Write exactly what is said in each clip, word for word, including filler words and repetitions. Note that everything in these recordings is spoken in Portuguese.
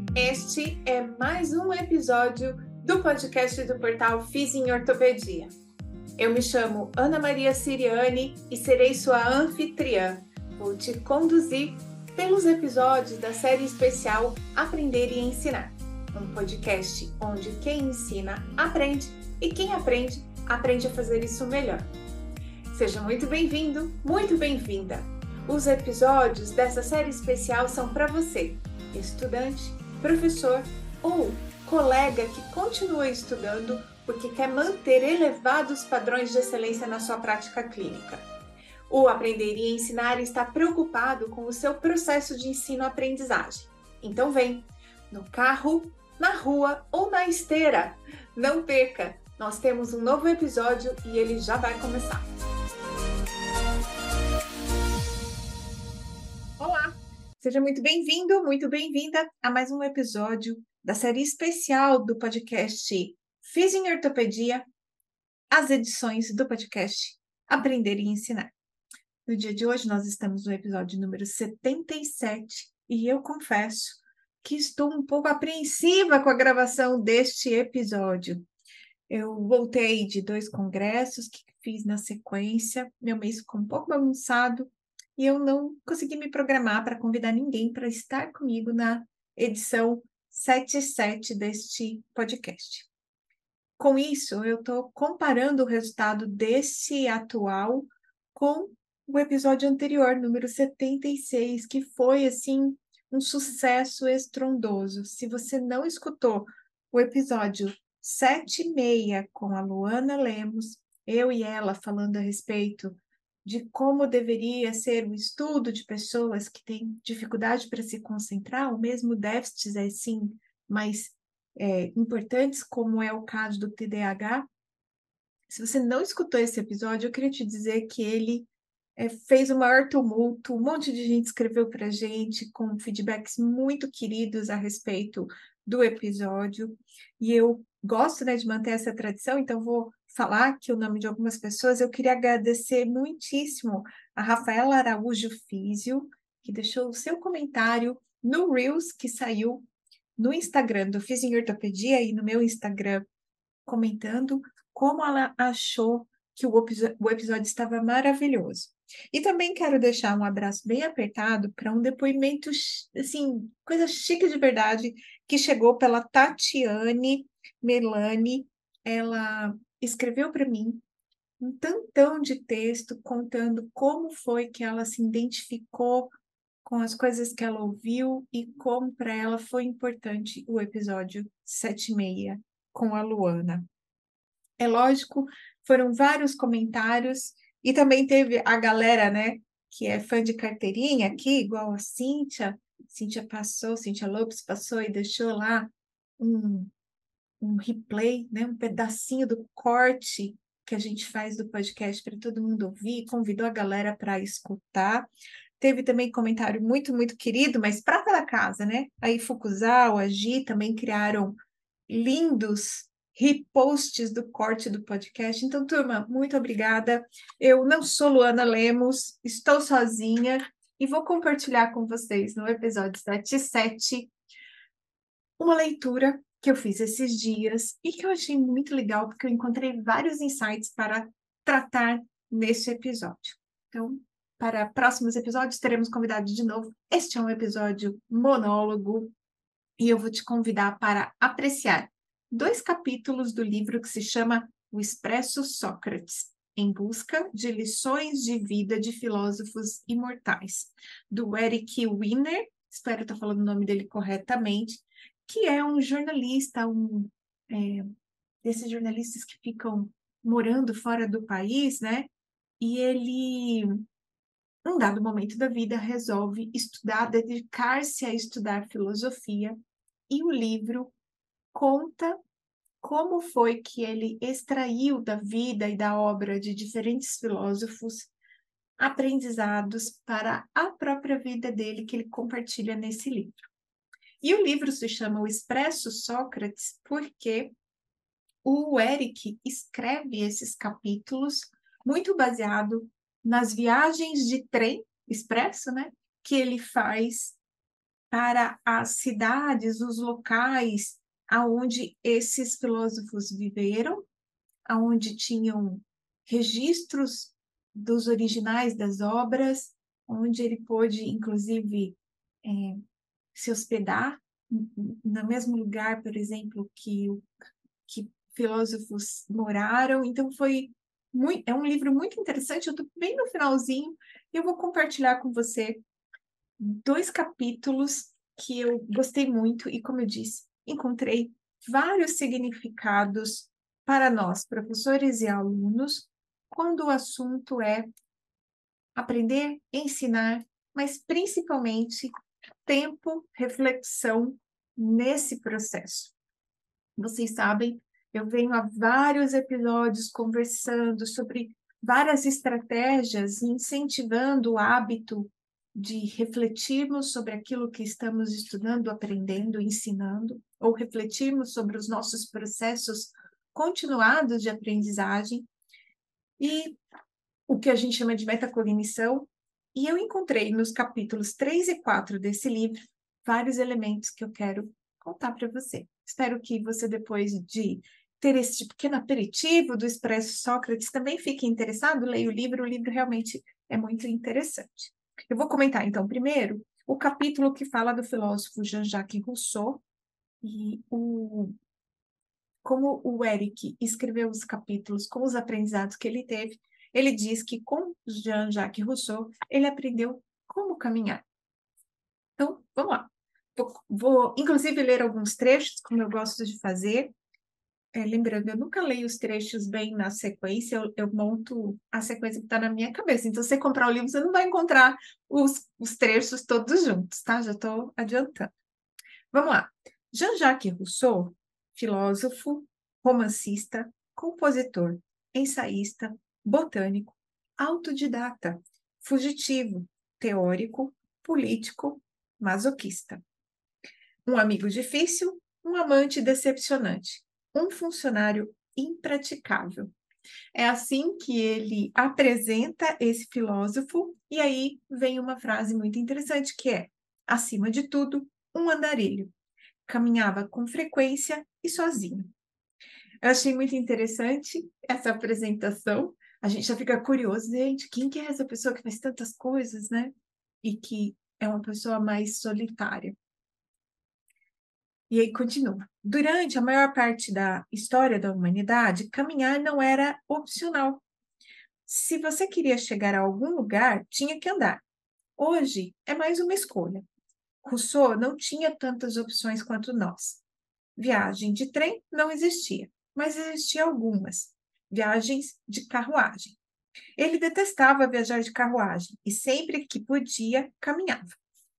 Este é mais um episódio do podcast do portal Fiz em Ortopedia. Eu me chamo Ana Maria Siriani e serei sua anfitriã. Vou te conduzir pelos episódios da série especial Aprender e Ensinar, um podcast onde quem ensina aprende e quem aprende, aprende a fazer isso melhor. Seja muito bem-vindo, muito bem-vinda! Os episódios dessa série especial são para você, estudante, professor ou colega que continua estudando porque quer manter elevados padrões de excelência na sua prática clínica. O Aprender e Ensinar está preocupado com o seu processo de ensino-aprendizagem. Então vem, no carro, na rua ou na esteira. Não perca, nós temos um novo episódio e ele já vai começar. Olá! Seja muito bem-vindo, muito bem-vinda a mais um episódio da série especial do podcast Fiz em Ortopedia, as edições do podcast Aprender e Ensinar. No dia de hoje, nós estamos no episódio número setenta e sete e eu confesso que estou um pouco apreensiva com a gravação deste episódio. Eu voltei de dois congressos que fiz na sequência, meu mês ficou um pouco bagunçado, e eu não consegui me programar para convidar ninguém para estar comigo na edição setenta e sete deste podcast. Com isso, eu estou comparando o resultado desse atual com o episódio anterior, número setenta e seis, que foi, assim, um sucesso estrondoso. Se você não escutou o episódio sete e meia com a Luana Lemos, eu e ela falando a respeito de como deveria ser o estudo de pessoas que têm dificuldade para se concentrar, ou mesmo déficits, assim, mais é, importantes, como é o caso do T D A H. Se você não escutou esse episódio, eu queria te dizer que ele é, fez o maior tumulto, um monte de gente escreveu para a gente com feedbacks muito queridos a respeito do episódio, e eu gosto, né, de manter essa tradição, então vou falar aqui o nome de algumas pessoas. Eu queria agradecer muitíssimo a Rafaela Araújo Físio, que deixou o seu comentário no Reels, que saiu no Instagram do Fiz em Ortopedia e no meu Instagram, comentando como ela achou que o, o episódio estava maravilhoso. E também quero deixar um abraço bem apertado para um depoimento, assim, coisa chique de verdade, que chegou pela Tatiane Melani. Ela escreveu para mim um tantão de texto contando como foi que ela se identificou com as coisas que ela ouviu e como para ela foi importante o episódio sete e meia com a Luana. É lógico, foram vários comentários e também teve a galera, né, que é fã de carteirinha aqui, igual a Cíntia. Cíntia passou, Cíntia Lopes passou e deixou lá um, um replay, né, um pedacinho do corte que a gente faz do podcast para todo mundo ouvir, convidou a galera para escutar. Teve também comentário muito, muito querido, mas prata da casa, né? Aí Fukusal, a Gi também criaram lindos reposts do corte do podcast. Então, turma, muito obrigada. Eu não sou Luana Lemos, estou sozinha e vou compartilhar com vocês no episódio setenta e sete uma leitura que eu fiz esses dias e que eu achei muito legal, porque eu encontrei vários insights para tratar nesse episódio. Então, para próximos episódios, teremos convidados de novo. Este é um episódio monólogo e eu vou te convidar para apreciar dois capítulos do livro que se chama O Expresso Sócrates, em busca de lições de vida de filósofos imortais, do Eric Wiener, espero estar falando o nome dele corretamente, que é um jornalista, um é, desses jornalistas que ficam morando fora do país, né? E ele, num dado momento da vida, resolve estudar, dedicar-se a estudar filosofia, e o livro conta como foi que ele extraiu da vida e da obra de diferentes filósofos aprendizados para a própria vida dele, que ele compartilha nesse livro. E o livro se chama O Expresso Sócrates porque o Eric escreve esses capítulos muito baseado nas viagens de trem expresso, né, que ele faz para as cidades, os locais aonde esses filósofos viveram, aonde tinham registros dos originais das obras, onde ele pôde, inclusive, é, se hospedar no mesmo lugar, por exemplo, que, que filósofos moraram. Então, foi muito, é um livro muito interessante. Eu estou bem no finalzinho e eu vou compartilhar com você dois capítulos que eu gostei muito e, como eu disse, encontrei vários significados para nós, professores e alunos, quando o assunto é aprender, ensinar, mas principalmente tempo, reflexão nesse processo. Vocês sabem, eu venho há vários episódios conversando sobre várias estratégias, incentivando o hábito de refletirmos sobre aquilo que estamos estudando, aprendendo, ensinando, ou refletirmos sobre os nossos processos continuados de aprendizagem e o que a gente chama de metacognição. E eu encontrei nos capítulos três e quatro desse livro vários elementos que eu quero contar para você. Espero que você, depois de ter esse pequeno aperitivo do Expresso Sócrates, também fique interessado, leia o livro, o livro realmente é muito interessante. Eu vou comentar, então, primeiro, o capítulo que fala do filósofo Jean-Jacques Rousseau, e o, como o Eric escreveu os capítulos com os aprendizados que ele teve. Ele diz que com Jean-Jacques Rousseau, ele aprendeu como caminhar. Então, vamos lá. Vou, vou, inclusive, ler alguns trechos, como eu gosto de fazer. É, lembrando, eu nunca leio os trechos bem na sequência, eu, eu monto a sequência que está na minha cabeça. Então, se você comprar o livro, você não vai encontrar os, os trechos todos juntos, tá? Já estou adiantando. Vamos lá. Jean-Jacques Rousseau, filósofo, romancista, compositor, ensaísta, botânico, autodidata, fugitivo, teórico, político, masoquista. Um amigo difícil, um amante decepcionante, um funcionário impraticável. É assim que ele apresenta esse filósofo, e aí vem uma frase muito interessante que é: acima de tudo, um andarilho. Caminhava com frequência e sozinho. Eu achei muito interessante essa apresentação. A gente já fica curioso, gente, quem que é essa pessoa que faz tantas coisas, né? E que é uma pessoa mais solitária. E aí continua. Durante a maior parte da história da humanidade, caminhar não era opcional. Se você queria chegar a algum lugar, tinha que andar. Hoje é mais uma escolha. Rousseau não tinha tantas opções quanto nós. Viagem de trem não existia, mas existiam algumas. Viagens de carruagem. Ele detestava viajar de carruagem e sempre que podia, caminhava.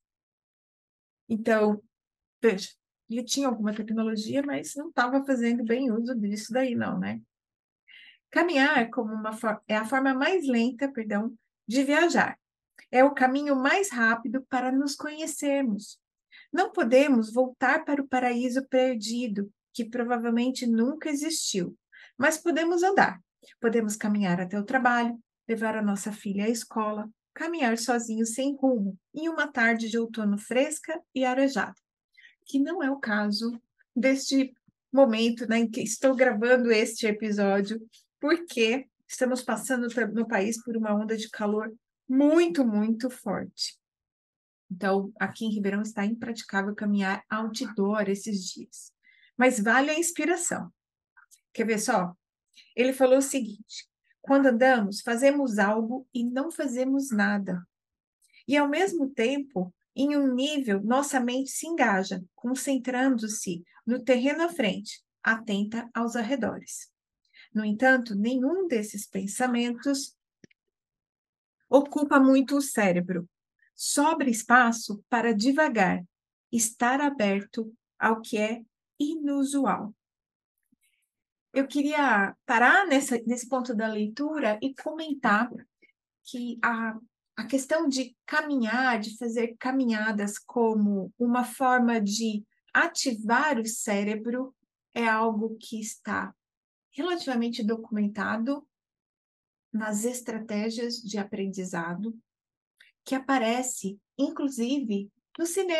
Então, veja, ele tinha alguma tecnologia, mas não estava fazendo bem uso disso daí, não, né? Caminhar é, como uma é a forma mais lenta, perdão, de viajar. É o caminho mais rápido para nos conhecermos. Não podemos voltar para o paraíso perdido, que provavelmente nunca existiu, mas podemos andar. Podemos caminhar até o trabalho, levar a nossa filha à escola, caminhar sozinhos sem rumo, em uma tarde de outono fresca e arejada, que não é o caso deste momento, né, em que estou gravando este episódio, porque estamos passando no país por uma onda de calor muito, muito forte. Então, aqui em Ribeirão está impraticável caminhar outdoor esses dias. Mas vale a inspiração. Quer ver só? Ele falou o seguinte: quando andamos, fazemos algo e não fazemos nada. E, ao mesmo tempo, em um nível, nossa mente se engaja, concentrando-se no terreno à frente, atenta aos arredores. No entanto, nenhum desses pensamentos ocupa muito o cérebro. Sobra espaço para devagar, estar aberto ao que é inusual. Eu queria parar nessa, nesse ponto da leitura e comentar que a, a questão de caminhar, de fazer caminhadas como uma forma de ativar o cérebro é algo que está relativamente documentado nas estratégias de aprendizado, que aparece, inclusive, no cinema.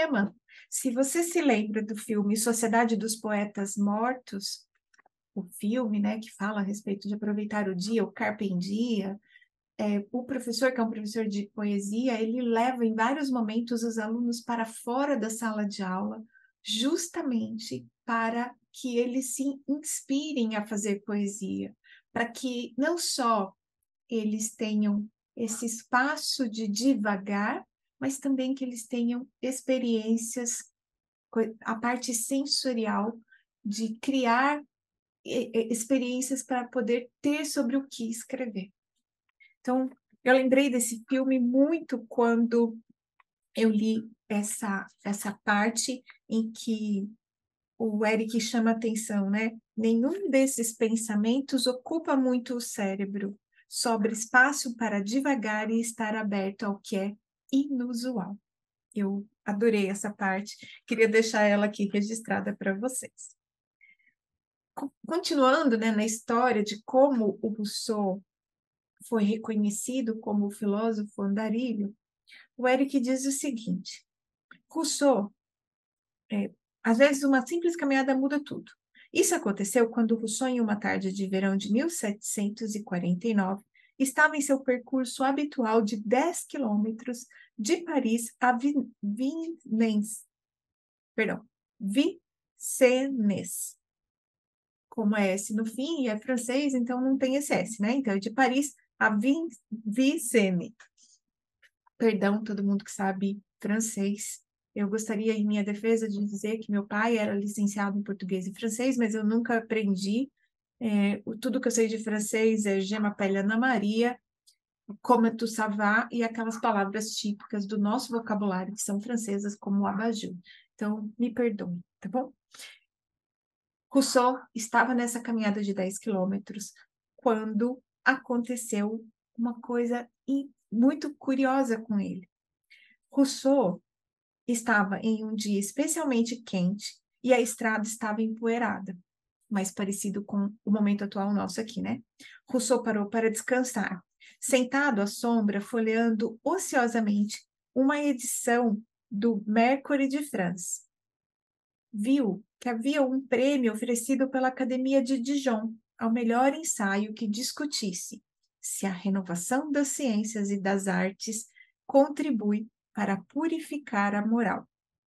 Se você se lembra do filme Sociedade dos Poetas Mortos, o filme, né, que fala a respeito de aproveitar o dia, o Carpe Diem, é, o professor, que é um professor de poesia, ele leva em vários momentos os alunos para fora da sala de aula, justamente para que eles se inspirem a fazer poesia, para que não só eles tenham esse espaço de divagar, mas também que eles tenham experiências, a parte sensorial de criar experiências para poder ter sobre o que escrever. Então, eu lembrei desse filme muito quando eu li essa, essa parte em que o Eric chama atenção, né? Nenhum desses pensamentos ocupa muito o cérebro, sobra espaço para divagar e estar aberto ao que é inusual. Eu adorei essa parte, queria deixar ela aqui registrada para vocês. Continuando, né, na história de como o Rousseau foi reconhecido como o filósofo andarilho, o Eric diz o seguinte: Rousseau, é, às vezes uma simples caminhada muda tudo. Isso aconteceu quando Rousseau, em uma tarde de verão de mil setecentos e quarenta e nove, estava em seu percurso habitual de dez quilômetros de Paris a Vincennes, perdão, Vincennes. Como é S no fim e é francês, então não tem esse S, né? Então é de Paris a Vincennes. Perdão, todo mundo que sabe francês. Eu gostaria, em minha defesa, de dizer que meu pai era licenciado em português e francês, mas eu nunca aprendi. É, tudo que eu sei de francês é Je m'appelle Ana Maria, Comme tu ça va, e aquelas palavras típicas do nosso vocabulário, que são francesas, como abajur. Então, me perdoe, tá bom? Rousseau estava nessa caminhada de dez quilômetros quando aconteceu uma coisa muito curiosa com ele. Rousseau estava em um dia especialmente quente e a estrada estava empoeirada, mais parecido com o momento atual nosso aqui, né? Rousseau parou para descansar, sentado à sombra, folheando ociosamente uma edição do Mercury de France. Viu que havia um prêmio oferecido pela Academia de Dijon ao melhor ensaio que discutisse se a renovação das ciências e das artes contribui para purificar a moral.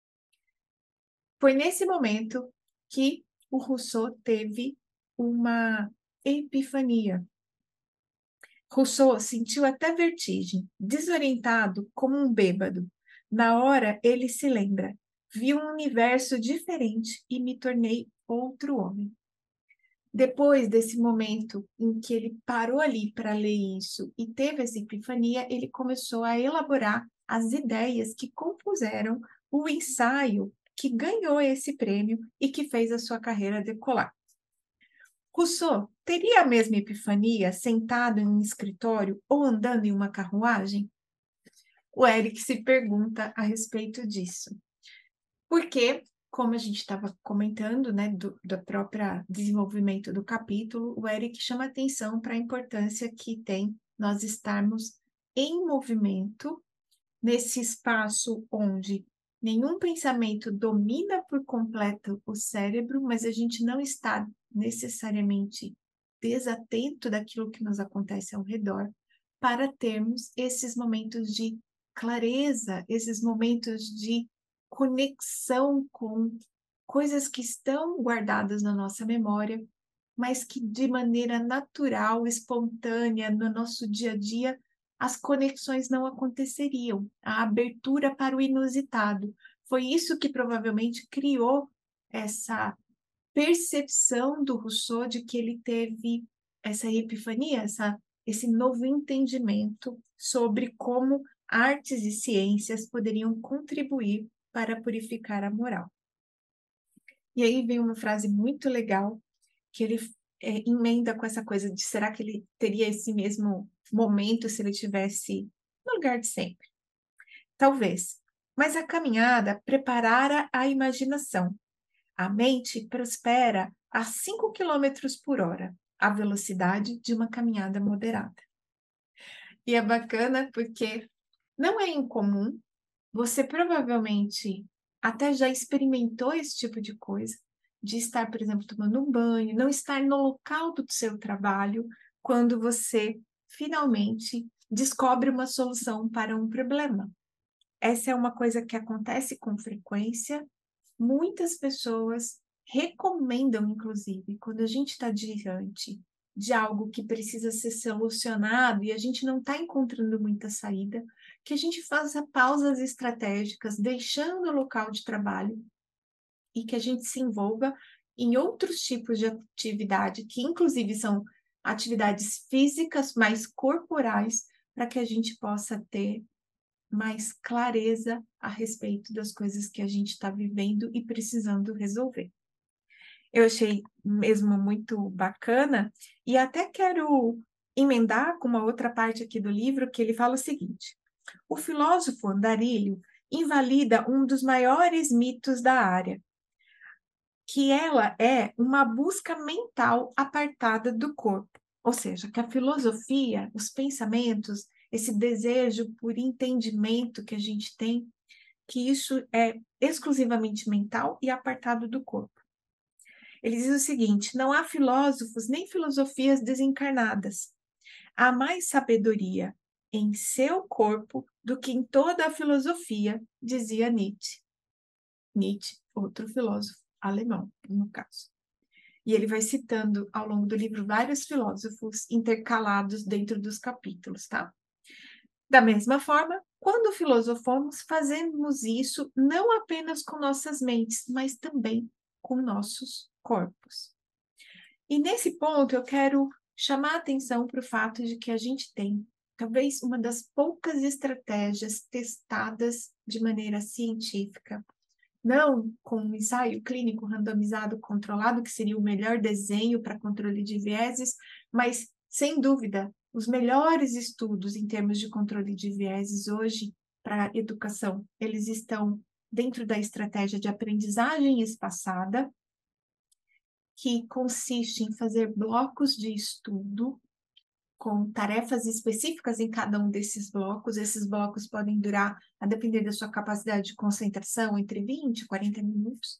Foi nesse momento que o Rousseau teve uma epifania. Rousseau sentiu até vertigem, desorientado como um bêbado. Na hora, ele se lembra: vi um universo diferente e me tornei outro homem. Depois desse momento em que ele parou ali para ler isso e teve essa epifania, ele começou a elaborar as ideias que compuseram o ensaio que ganhou esse prêmio e que fez a sua carreira decolar. Rousseau teria a mesma epifania sentado em um escritório ou andando em uma carruagem? O Eric se pergunta a respeito disso. Porque, como a gente estava comentando, né, do, do próprio desenvolvimento do capítulo, o Eric chama atenção para a importância que tem nós estarmos em movimento nesse espaço onde nenhum pensamento domina por completo o cérebro, mas a gente não está necessariamente desatento daquilo que nos acontece ao redor, para termos esses momentos de clareza, esses momentos de conexão com coisas que estão guardadas na nossa memória, mas que de maneira natural, espontânea, no nosso dia a dia, as conexões não aconteceriam, a abertura para o inusitado. Foi isso que provavelmente criou essa percepção do Rousseau de que ele teve essa epifania, essa, esse novo entendimento sobre como artes e ciências poderiam contribuir para purificar a moral. E aí vem uma frase muito legal que ele é, emenda com essa coisa de será que ele teria esse mesmo momento se ele tivesse no lugar de sempre? Talvez, mas a caminhada preparara a imaginação. A mente prospera a cinco quilômetros por hora, a velocidade de uma caminhada moderada. E é bacana porque não é incomum você provavelmente até já experimentou esse tipo de coisa, de estar, por exemplo, tomando um banho, não estar no local do seu trabalho, quando você finalmente descobre uma solução para um problema. Essa é uma coisa que acontece com frequência. Muitas pessoas recomendam, inclusive, quando a gente está diante de algo que precisa ser solucionado e a gente não está encontrando muita saída, que a gente faça pausas estratégicas, deixando o local de trabalho e que a gente se envolva em outros tipos de atividade, que inclusive são atividades físicas, mais corporais, para que a gente possa ter mais clareza a respeito das coisas que a gente está vivendo e precisando resolver. Eu achei mesmo muito bacana e até quero emendar com uma outra parte aqui do livro que ele fala o seguinte: o filósofo Andarilho invalida um dos maiores mitos da área, que ela é uma busca mental apartada do corpo, ou seja, que a filosofia, os pensamentos, esse desejo por entendimento que a gente tem, que isso é exclusivamente mental e apartado do corpo. Ele diz o seguinte: não há filósofos nem filosofias desencarnadas. Há mais sabedoria em seu corpo do que em toda a filosofia, dizia Nietzsche. Nietzsche, outro filósofo alemão, no caso. E ele vai citando ao longo do livro vários filósofos intercalados dentro dos capítulos, tá? Da mesma forma, quando filosofamos, fazemos isso não apenas com nossas mentes, mas também com nossos corpos. E nesse ponto eu quero chamar a atenção para o fato de que a gente tem talvez uma das poucas estratégias testadas de maneira científica, não com um ensaio clínico randomizado controlado, que seria o melhor desenho para controle de vieses, mas, sem dúvida, os melhores estudos em termos de controle de vieses hoje para a educação, eles estão dentro da estratégia de aprendizagem espaçada, que consiste em fazer blocos de estudo com tarefas específicas em cada um desses blocos. Esses blocos podem durar, a depender da sua capacidade de concentração, entre vinte e quarenta minutos,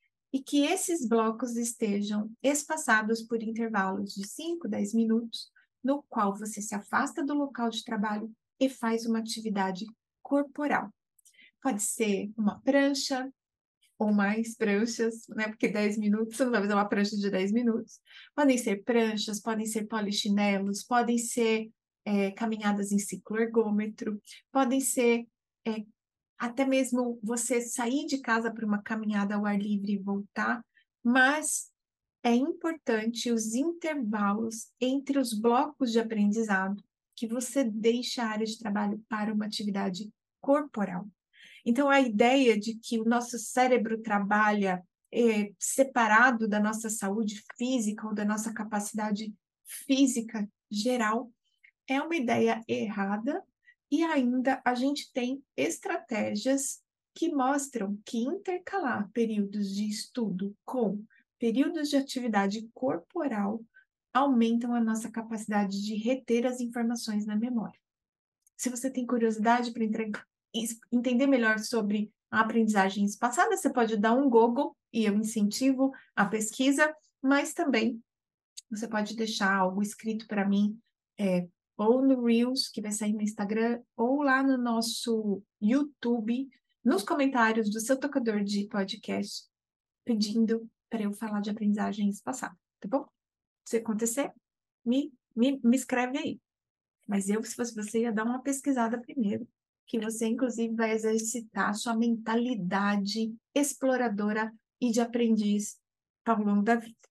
e que esses blocos estejam espaçados por intervalos de cinco, dez minutos, no qual você se afasta do local de trabalho e faz uma atividade corporal. Pode ser uma prancha, ou mais pranchas, né? Porque dez minutos, você não vai fazer uma prancha de dez minutos. Podem ser pranchas, podem ser polichinelos, podem ser é, caminhadas em ciclo ergômetro, podem ser é, até mesmo você sair de casa para uma caminhada ao ar livre e voltar, mas é importante os intervalos entre os blocos de aprendizado, que você deixa a área de trabalho para uma atividade corporal. Então, a ideia de que o nosso cérebro trabalha é, separado da nossa saúde física ou da nossa capacidade física geral é uma ideia errada, e ainda a gente tem estratégias que mostram que intercalar períodos de estudo com períodos de atividade corporal aumentam a nossa capacidade de reter as informações na memória. Se você tem curiosidade para entender melhor sobre a aprendizagem espaçada, você pode dar um Google, e eu incentivo a pesquisa, mas também você pode deixar algo escrito para mim, é, ou no Reels, que vai sair no Instagram, ou lá no nosso YouTube, nos comentários do seu tocador de podcast, pedindo para eu falar de aprendizagem espaçada, tá bom? Se acontecer, me, me, me escreve aí. Mas eu, se fosse você, ia dar uma pesquisada primeiro, que você, inclusive, vai exercitar a sua mentalidade exploradora e de aprendiz ao longo da vida.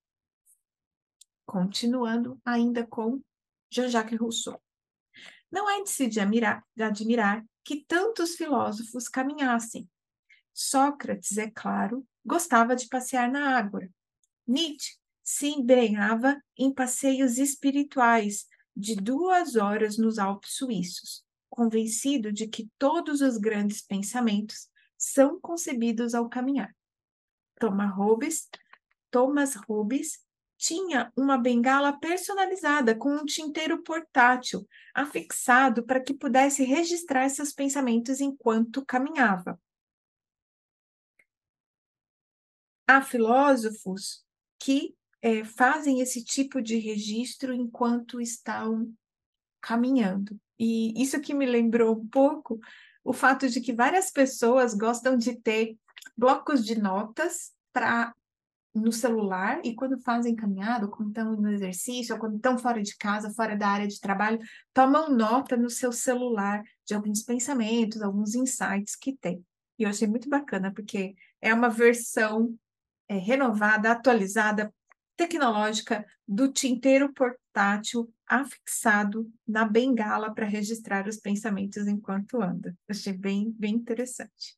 Continuando ainda com Jean-Jacques Rousseau. Não é de se de admirar, de admirar que tantos filósofos caminhassem. Sócrates, é claro, gostava de passear na água. Nietzsche se embrenhava em passeios espirituais de duas horas nos Alpes suíços, convencido de que todos os grandes pensamentos são concebidos ao caminhar. Thomas Hobbes, Thomas Hobbes tinha uma bengala personalizada com um tinteiro portátil afixado para que pudesse registrar seus pensamentos enquanto caminhava. há filósofos que é, fazem esse tipo de registro enquanto estão caminhando. E isso que me lembrou um pouco o fato de que várias pessoas gostam de ter blocos de notas para no celular e quando fazem caminhada, ou quando estão no exercício, ou quando estão fora de casa, fora da área de trabalho, tomam nota no seu celular de alguns pensamentos, alguns insights que tem. E eu achei muito bacana, porque é uma versão é, renovada, atualizada, tecnológica do tinteiro portátil afixado na bengala para registrar os pensamentos enquanto anda. Achei bem, bem interessante.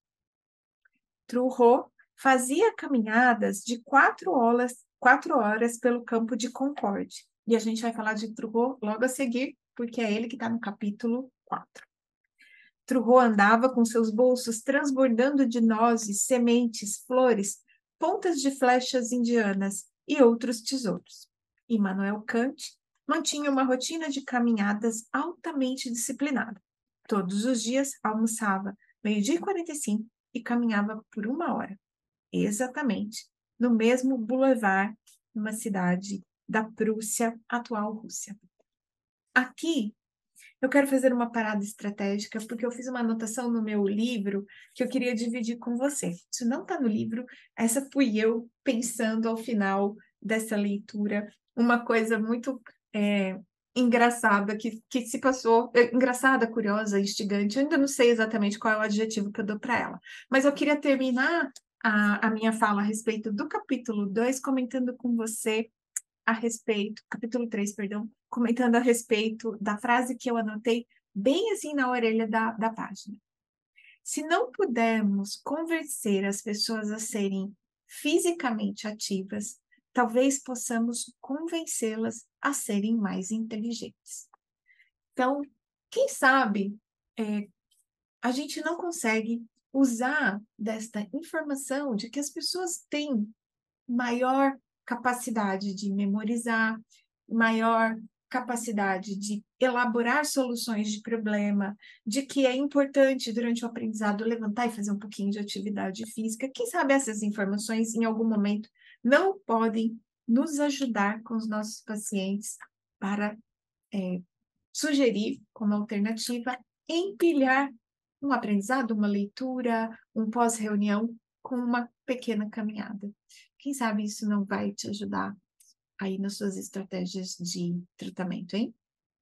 Trujillo fazia caminhadas de quatro horas, quatro horas pelo campo de Concorde. E a gente vai falar de Trujillo logo a seguir, porque é ele que está no capítulo quatro. Trujillo andava com seus bolsos transbordando de nozes, sementes, flores, pontas de flechas indianas e outros tesouros. Immanuel Kant mantinha uma rotina de caminhadas altamente disciplinada. Todos os dias almoçava meio-dia e quarenta e cinco e caminhava por uma hora, exatamente, no mesmo boulevard, numa cidade da Prússia, atual Rússia. Aqui, eu quero fazer uma parada estratégica, porque eu fiz uma anotação no meu livro que eu queria dividir com você. Isso não está no livro, essa fui eu pensando ao final dessa leitura, uma coisa muito é, engraçada que, que se passou, é, engraçada, curiosa, instigante. Eu ainda não sei exatamente qual é o adjetivo que eu dou para ela, mas eu queria terminar a, a minha fala a respeito do capítulo dois, comentando com você a respeito, capítulo três, perdão, comentando a respeito da frase que eu anotei bem assim na orelha da, da página. Se não pudermos convencer as pessoas a serem fisicamente ativas, talvez possamos convencê-las a serem mais inteligentes. Então, quem sabe é, a gente não consegue usar desta informação de que as pessoas têm maior capacidade de memorizar, maior capacidade de elaborar soluções de problema, de que é importante durante o aprendizado levantar e fazer um pouquinho de atividade física. Quem sabe essas informações, em algum momento, não podem nos ajudar com os nossos pacientes para é, sugerir como alternativa empilhar um aprendizado, uma leitura, um pós-reunião com uma pequena caminhada. Quem sabe isso não vai te ajudar aí nas suas estratégias de tratamento, hein?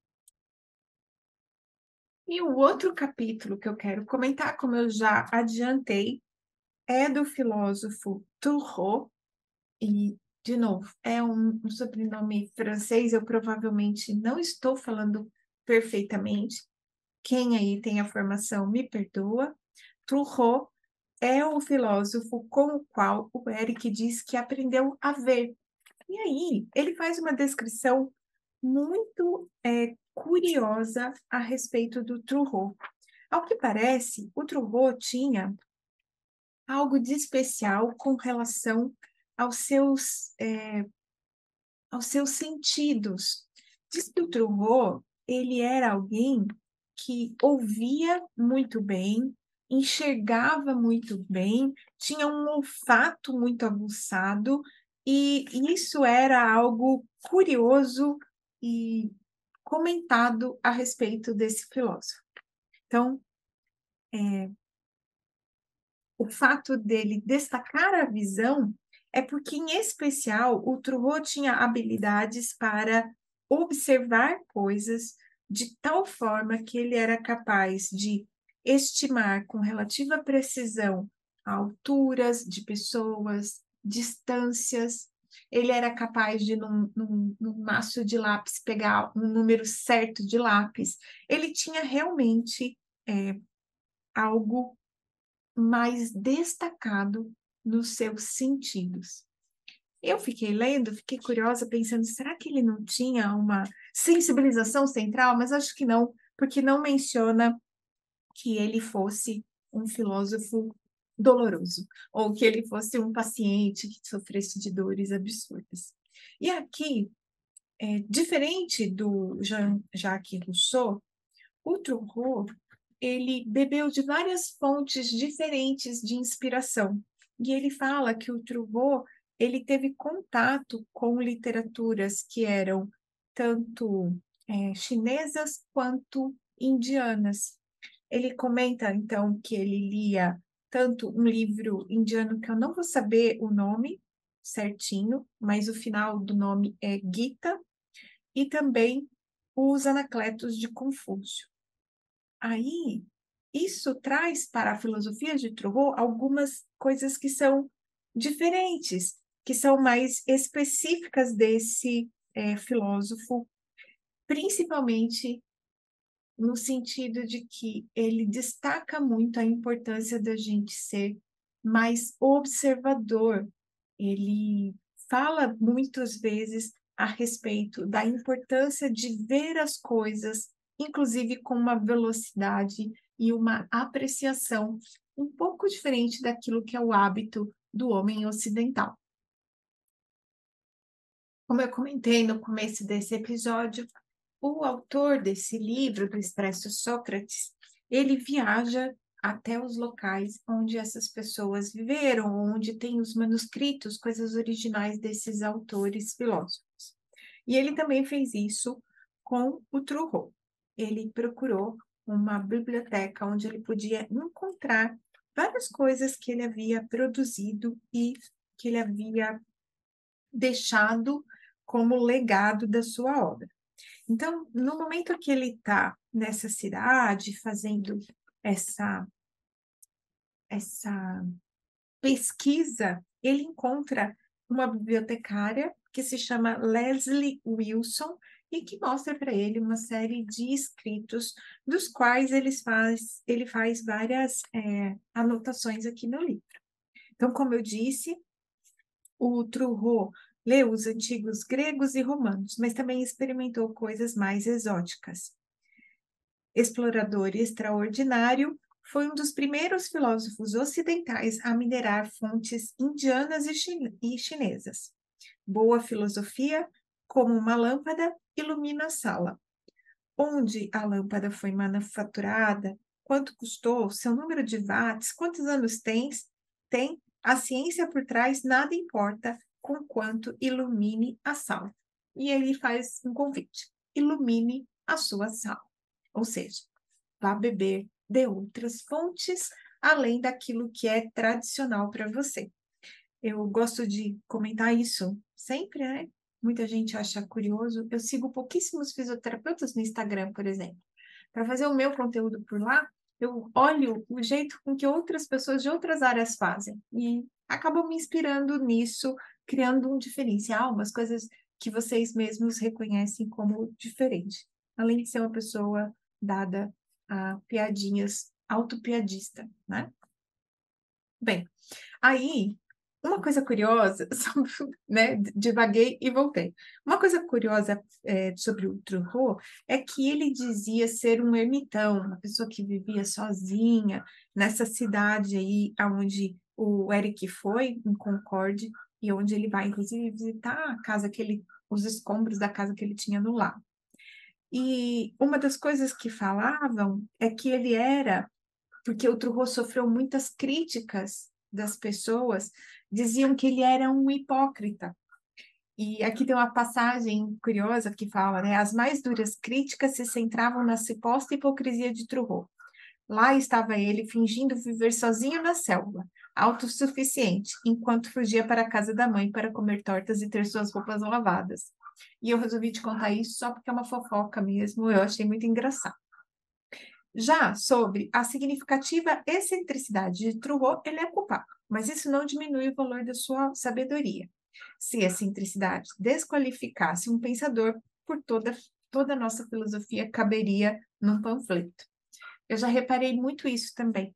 E o outro capítulo que eu quero comentar, como eu já adiantei, é do filósofo Turreau, e, de novo, é um, um sobrenome francês, eu provavelmente não estou falando perfeitamente. Quem aí tem a formação me perdoa. Turreau é o filósofo com o qual o Eric diz que aprendeu a ver. E aí, ele faz uma descrição muito é, curiosa a respeito do Trujillo. Ao que parece, o Trujillo tinha algo de especial com relação aos seus, é, aos seus sentidos. Diz que o Trujillo, ele era alguém que ouvia muito bem, enxergava muito bem, tinha um olfato muito aguçado, e isso era algo curioso e comentado a respeito desse filósofo. Então, é, o fato dele destacar a visão é porque, em especial, o Trujillo tinha habilidades para observar coisas de tal forma que ele era capaz de estimar com relativa precisão alturas de pessoas, distâncias. Ele era capaz de, num, num, num maço de lápis, pegar um número certo de lápis. Ele tinha realmente é, algo mais destacado nos seus sentidos. Eu fiquei lendo, fiquei curiosa, pensando, será que ele não tinha uma sensibilização central? Mas acho que não, porque não menciona que ele fosse um filósofo doloroso, ou que ele fosse um paciente que sofresse de dores absurdas. E aqui, é, diferente do Jean-Jacques Rousseau, o Trujillo, ele bebeu de várias fontes diferentes de inspiração. E ele fala que o Truffaut, ele teve contato com literaturas que eram tanto é, chinesas quanto indianas. Ele comenta, então, que ele lia tanto um livro indiano, que eu não vou saber o nome certinho, mas o final do nome é Gita, e também os Anacletos de Confúcio. Aí, isso traz para a filosofia de Truffaut algumas coisas que são diferentes, que são mais específicas desse é, filósofo, principalmente no sentido de que ele destaca muito a importância da gente ser mais observador. Ele fala muitas vezes a respeito da importância de ver as coisas, inclusive com uma velocidade e uma apreciação um pouco diferente daquilo que é o hábito do homem ocidental. Como eu comentei no começo desse episódio, o autor desse livro, do Expresso Sócrates, ele viaja até os locais onde essas pessoas viveram, onde tem os manuscritos, coisas originais desses autores filósofos. E ele também fez isso com o Truffaut. Ele procurou uma biblioteca onde ele podia encontrar várias coisas que ele havia produzido e que ele havia deixado como legado da sua obra. Então, no momento que ele está nessa cidade, fazendo essa, essa pesquisa, ele encontra uma bibliotecária que se chama Leslie Wilson e que mostra para ele uma série de escritos, dos quais ele faz, ele faz várias é, anotações aqui no livro. Então, como eu disse, o Truffaut leu os antigos gregos e romanos, mas também experimentou coisas mais exóticas. Explorador extraordinário, foi um dos primeiros filósofos ocidentais a minerar fontes indianas e chinesas. Boa filosofia, como uma lâmpada, ilumina a sala. Onde a lâmpada foi manufaturada, quanto custou, seu número de watts, quantos anos tens, tem, a ciência por trás nada importa, conquanto ilumine a sala. E ele faz um convite: ilumine a sua sala. Ou seja, vá beber de outras fontes, além daquilo que é tradicional para você. Eu gosto de comentar isso sempre, né? Muita gente acha curioso. Eu sigo pouquíssimos fisioterapeutas no Instagram, por exemplo. Para fazer o meu conteúdo por lá, eu olho o jeito com que outras pessoas de outras áreas fazem e acabo me inspirando nisso, criando um diferencial, umas coisas que vocês mesmos reconhecem como diferente. Além de ser uma pessoa dada a piadinhas, autopiadista, né? Bem, aí, uma coisa curiosa, sobre, né, divaguei e voltei. Uma coisa curiosa é, sobre o Truffaut é que ele dizia ser um ermitão, uma pessoa que vivia sozinha nessa cidade aí onde o Eric foi, em Concorde, e onde ele vai, inclusive, visitar a casa que ele, os escombros da casa que ele tinha no lago. E uma das coisas que falavam é que ele era, porque o Truffaut sofreu muitas críticas das pessoas, diziam que ele era um hipócrita. E aqui tem uma passagem curiosa que fala, né? As mais duras críticas se centravam na suposta hipocrisia de Truffaut. Lá estava ele fingindo viver sozinho na selva, autossuficiente, enquanto fugia para a casa da mãe para comer tortas e ter suas roupas lavadas. E eu resolvi te contar isso só porque é uma fofoca mesmo, eu achei muito engraçado. Já sobre a significativa excentricidade de Truffaut, ele é culpado, mas isso não diminui o valor da sua sabedoria. Se a excentricidade desqualificasse um pensador, por toda, toda a nossa filosofia caberia num panfleto. Eu já reparei muito isso também.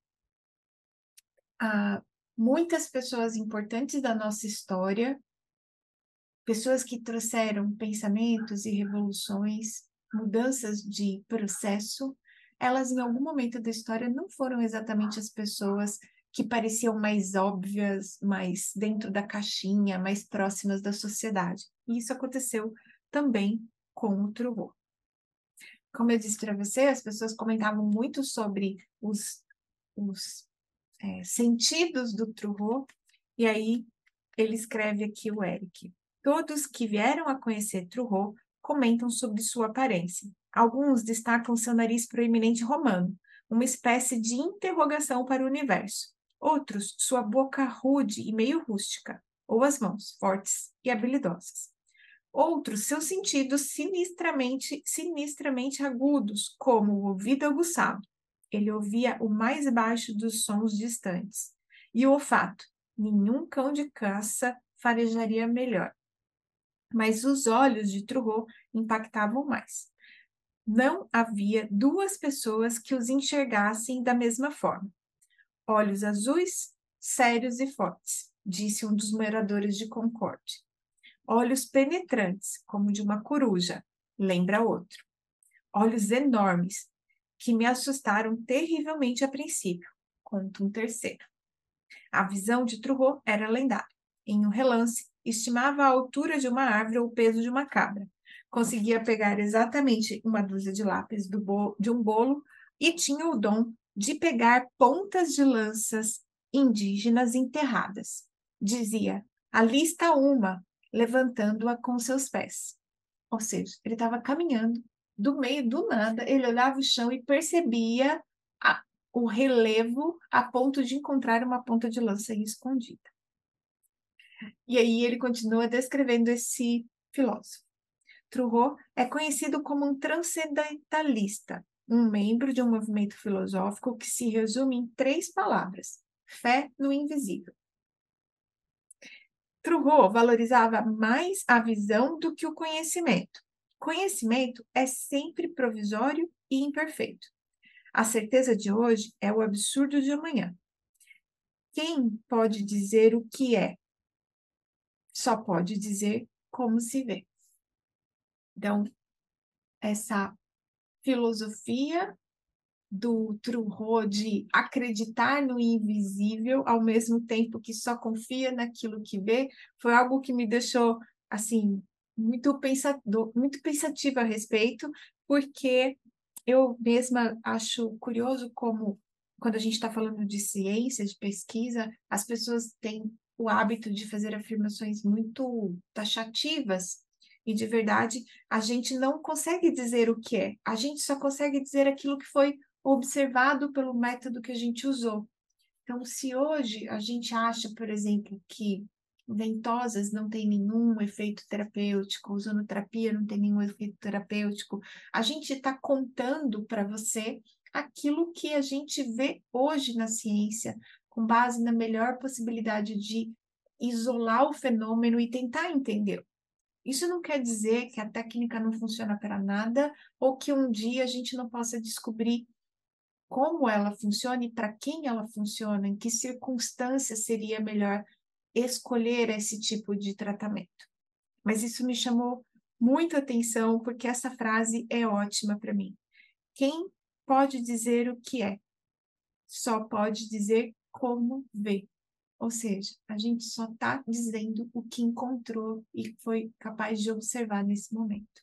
Há muitas pessoas importantes da nossa história, pessoas que trouxeram pensamentos e revoluções, mudanças de processo, elas em algum momento da história não foram exatamente as pessoas que pareciam mais óbvias, mais dentro da caixinha, mais próximas da sociedade. E isso aconteceu também com o Truffaut. Como eu disse para você, as pessoas comentavam muito sobre os, os é, sentidos do Truffaut, E aí ele escreve aqui o Eric. Todos que vieram a conhecer Trujillo comentam sobre sua aparência. Alguns destacam seu nariz proeminente romano, uma espécie de interrogação para o universo. Outros, sua boca rude e meio rústica, ou as mãos, fortes e habilidosas. Outros, seus sentidos sinistramente, sinistramente agudos, como o ouvido aguçado. Ele ouvia o mais baixo dos sons distantes. E o olfato. Nenhum cão de caça farejaria melhor. Mas os olhos de Trujillo impactavam mais. Não havia duas pessoas que os enxergassem da mesma forma. Olhos azuis, sérios e fortes, disse um dos moradores de Concorde. Olhos penetrantes, como de uma coruja, lembra outro. Olhos enormes, que me assustaram terrivelmente a princípio, conta um terceiro. A visão de Trujillo era lendária. Em um relance, estimava a altura de uma árvore ou o peso de uma cabra. Conseguia pegar exatamente uma dúzia de lápis do bolo, de um bolo e tinha o dom de pegar pontas de lanças indígenas enterradas. Dizia, ali está uma, levantando-a com seus pés. Ou seja, ele estava caminhando, do meio do nada, ele olhava o chão e percebia a, o relevo a ponto de encontrar uma ponta de lança escondida. E aí ele continua descrevendo esse filósofo. Trujillo é conhecido como um transcendentalista, um membro de um movimento filosófico que se resume em três palavras: fé no invisível. Trujillo valorizava mais a visão do que o conhecimento. Conhecimento é sempre provisório e imperfeito. A certeza de hoje é o absurdo de amanhã. Quem pode dizer o que é? Só pode dizer como se vê. Então, essa filosofia do Trujillo de acreditar no invisível ao mesmo tempo que só confia naquilo que vê, foi algo que me deixou, assim, muito, pensador, muito pensativa a respeito, porque eu mesma acho curioso como, quando a gente está falando de ciência, de pesquisa, as pessoas têm o hábito de fazer afirmações muito taxativas, e de verdade, a gente não consegue dizer o que é, a gente só consegue dizer aquilo que foi observado pelo método que a gente usou. Então, se hoje a gente acha, por exemplo, que ventosas não tem nenhum efeito terapêutico, ozonoterapia não tem nenhum efeito terapêutico, a gente está contando para você aquilo que a gente vê hoje na ciência, com base na melhor possibilidade de isolar o fenômeno e tentar entender. Isso não quer dizer que a técnica não funciona para nada ou que um dia a gente não possa descobrir como ela funciona e para quem ela funciona, em que circunstâncias seria melhor escolher esse tipo de tratamento. Mas isso me chamou muita atenção porque essa frase é ótima para mim. Quem pode dizer o que é? Só pode dizer como vê. Ou seja, a gente só está dizendo o que encontrou e foi capaz de observar nesse momento.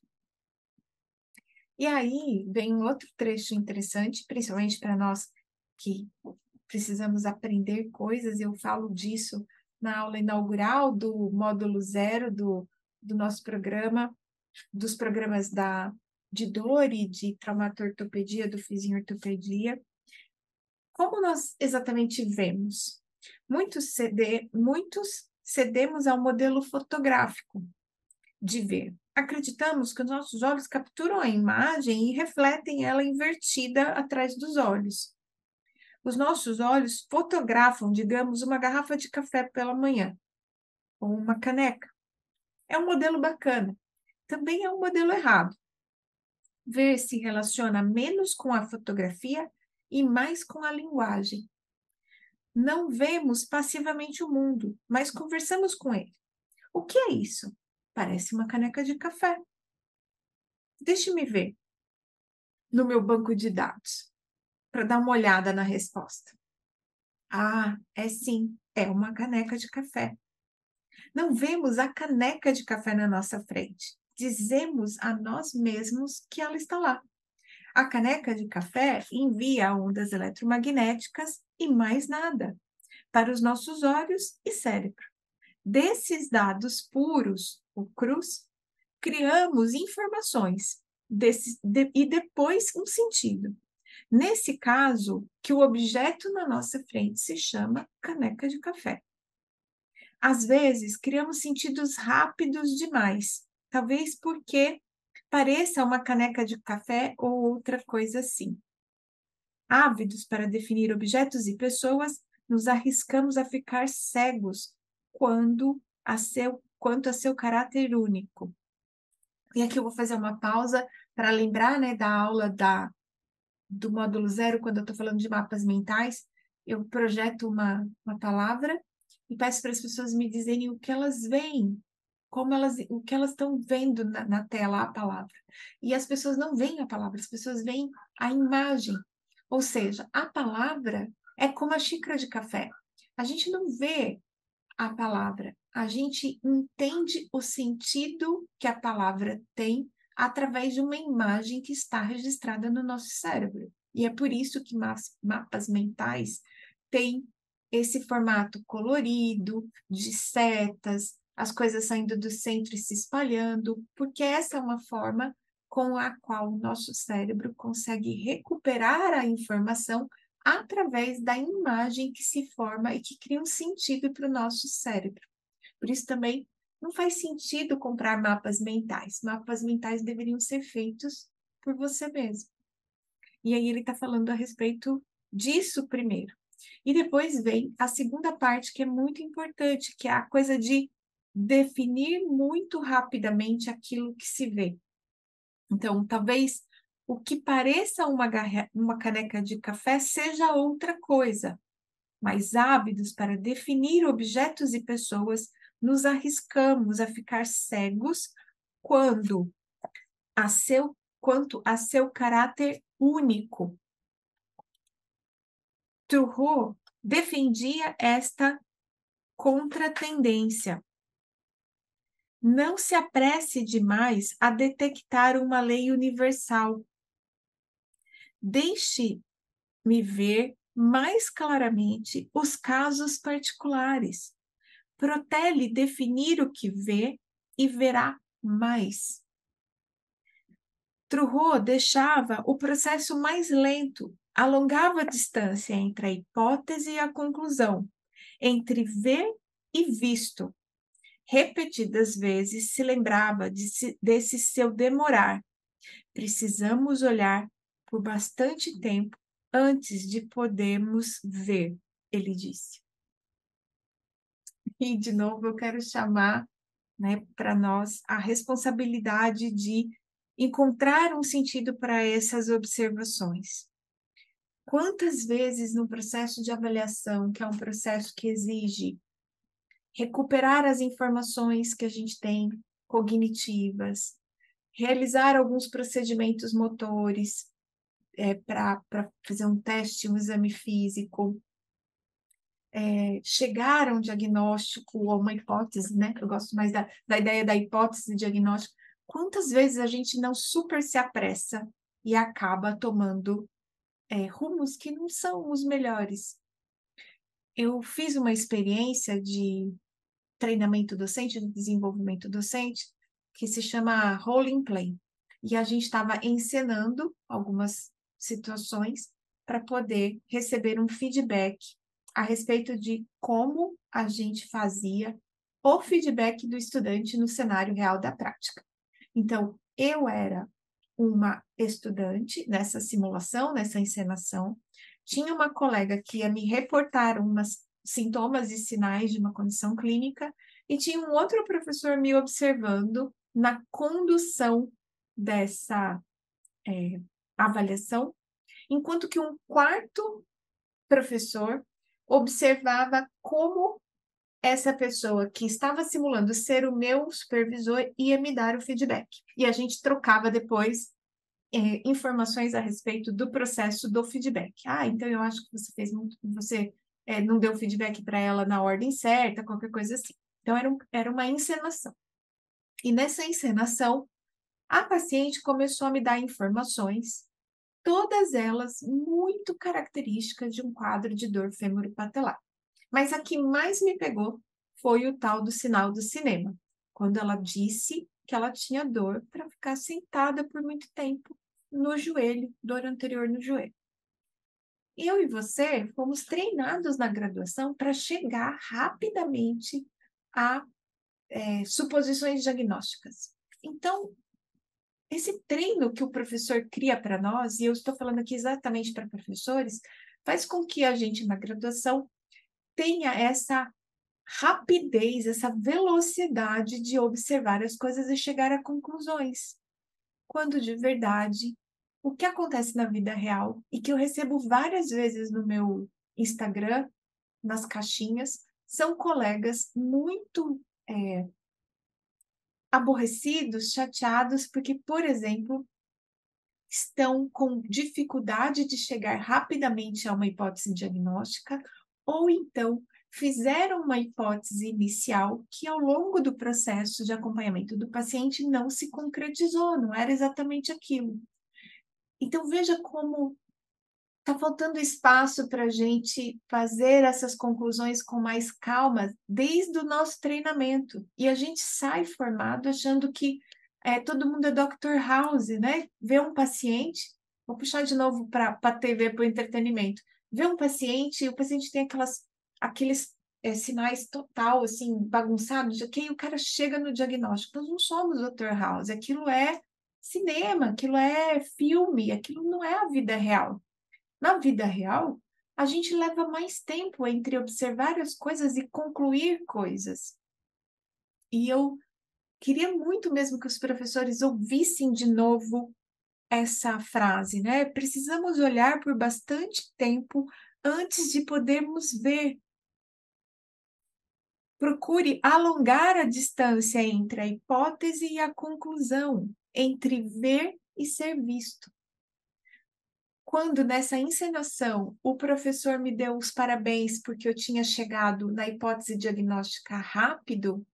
E aí vem um outro trecho interessante, principalmente para nós que precisamos aprender coisas. Eu falo disso na aula inaugural do módulo zero do, do nosso programa, dos programas da, de dor e de traumatortopedia, do fisioortopedia. Como nós exatamente vemos? Muitos, cede, muitos cedemos ao modelo fotográfico de ver. Acreditamos que os nossos olhos capturam a imagem e refletem ela invertida atrás dos olhos. Os nossos olhos fotografam, digamos, uma garrafa de café pela manhã, ou uma caneca. É um modelo bacana. Também é um modelo errado. Ver se relaciona menos com a fotografia e mais com a linguagem. Não vemos passivamente o mundo, mas conversamos com ele. O que é isso? Parece uma caneca de café. Deixe-me ver no meu banco de dados, para dar uma olhada na resposta. Ah, é sim, é uma caneca de café. Não vemos a caneca de café na nossa frente. Dizemos a nós mesmos que ela está lá. A caneca de café envia ondas eletromagnéticas e mais nada. para os nossos olhos e cérebro. Desses dados puros, ou crus, criamos informações desse, de, e depois um sentido. Nesse caso, que o objeto na nossa frente se chama caneca de café. Às vezes, criamos sentidos rápidos demais, talvez porque pareça uma caneca de café ou outra coisa assim. Ávidos para definir objetos e pessoas, nos arriscamos a ficar cegos quando a seu, quanto a seu caráter único. E aqui eu vou fazer uma pausa para lembrar, né, da aula da, do módulo zero, quando eu estou falando de mapas mentais, eu projeto uma, uma palavra e peço para as pessoas me dizerem o que elas veem, como elas, o que elas estão vendo na, na tela, a palavra. E as pessoas não veem a palavra, as pessoas veem a imagem. Ou seja, a palavra é como a xícara de café. A gente não vê a palavra, a gente entende o sentido que a palavra tem através de uma imagem que está registrada no nosso cérebro. E é por isso que mapas mentais têm esse formato colorido, de setas, as coisas saindo do centro e se espalhando, porque essa é uma forma com a qual o nosso cérebro consegue recuperar a informação através da imagem que se forma e que cria um sentido para o nosso cérebro. Por isso também não faz sentido comprar mapas mentais. Mapas mentais deveriam ser feitos por você mesmo. E aí ele está falando a respeito disso primeiro. E depois vem a segunda parte, que é muito importante, que é a coisa de definir muito rapidamente aquilo que se vê. Então, talvez o que pareça uma, uma caneca de café seja outra coisa, mas ávidos para definir objetos e pessoas, nos arriscamos a ficar cegos quando a seu, quanto a seu caráter único. Thoreau defendia esta contratendência. Não se apresse demais a detectar uma lei universal. Deixe-me ver mais claramente os casos particulares. Protele definir o que vê e verá mais. Thoreau deixava o processo mais lento, alongava a distância entre a hipótese e a conclusão, entre ver e visto. Repetidas vezes se lembrava de se, desse seu demorar. Precisamos olhar por bastante tempo antes de podermos ver, ele disse. E, de novo, eu quero chamar, né, para nós a responsabilidade de encontrar um sentido para essas observações. Quantas vezes no processo de avaliação, que é um processo que exige recuperar as informações que a gente tem cognitivas, realizar alguns procedimentos motores é, para fazer um teste, um exame físico, é, chegar a um diagnóstico ou uma hipótese, né? Eu gosto mais da, da ideia da hipótese de diagnóstico. Quantas vezes a gente não super se apressa e acaba tomando é, rumos que não são os melhores? Eu fiz uma experiência de treinamento docente, de desenvolvimento docente, que se chama Role in Play. E a gente estava encenando algumas situações para poder receber um feedback a respeito de como a gente fazia o feedback do estudante no cenário real da prática. Então, eu era uma estudante nessa simulação, nessa encenação, tinha uma colega que ia me reportar umas sintomas e sinais de uma condição clínica, e tinha um outro professor me observando na condução dessa é, avaliação, enquanto que um quarto professor observava como essa pessoa que estava simulando ser o meu supervisor ia me dar o feedback. E a gente trocava depois é, informações a respeito do processo do feedback. Ah, então eu acho que você fez muito, você é, não deu feedback para ela na ordem certa, qualquer coisa assim. Então era, um, era uma encenação. E nessa encenação, a paciente começou a me dar informações, todas elas muito características de um quadro de dor fêmuro-patelar. Mas a que mais me pegou foi o tal do sinal do cinema, quando ela disse que ela tinha dor para ficar sentada por muito tempo no joelho, dor anterior no joelho. Eu e você fomos treinados na graduação para chegar rapidamente a é, suposições diagnósticas. Então, esse treino que o professor cria para nós, e eu estou falando aqui exatamente para professores, faz com que a gente na graduação tenha essa rapidez, essa velocidade de observar as coisas e chegar a conclusões. Quando de verdade, o que acontece na vida real e que eu recebo várias vezes no meu Instagram, nas caixinhas, são colegas muito é, aborrecidos, chateados, porque, por exemplo, estão com dificuldade de chegar rapidamente a uma hipótese diagnóstica, ou então fizeram uma hipótese inicial que, ao longo do processo de acompanhamento do paciente, não se concretizou, não era exatamente aquilo. Então, veja como está faltando espaço para a gente fazer essas conclusões com mais calma desde o nosso treinamento. E a gente sai formado achando que é, todo mundo é doutor House, né? Vê um paciente, vou puxar de novo para a T V, para o entretenimento. Vê um paciente, e o paciente tem aquelas, aqueles é, sinais total, assim, bagunçados, de que o cara chega no diagnóstico. Nós não somos doutor House, aquilo é cinema, aquilo é filme, aquilo não é a vida real. Na vida real, a gente leva mais tempo entre observar as coisas e concluir coisas. E eu queria muito mesmo que os professores ouvissem de novo essa frase, né? Precisamos olhar por bastante tempo antes de podermos ver. Procure alongar a distância entre a hipótese e a conclusão, entre ver e ser visto. Quando nessa encenação o professor me deu os parabéns porque eu tinha chegado na hipótese diagnóstica rápido,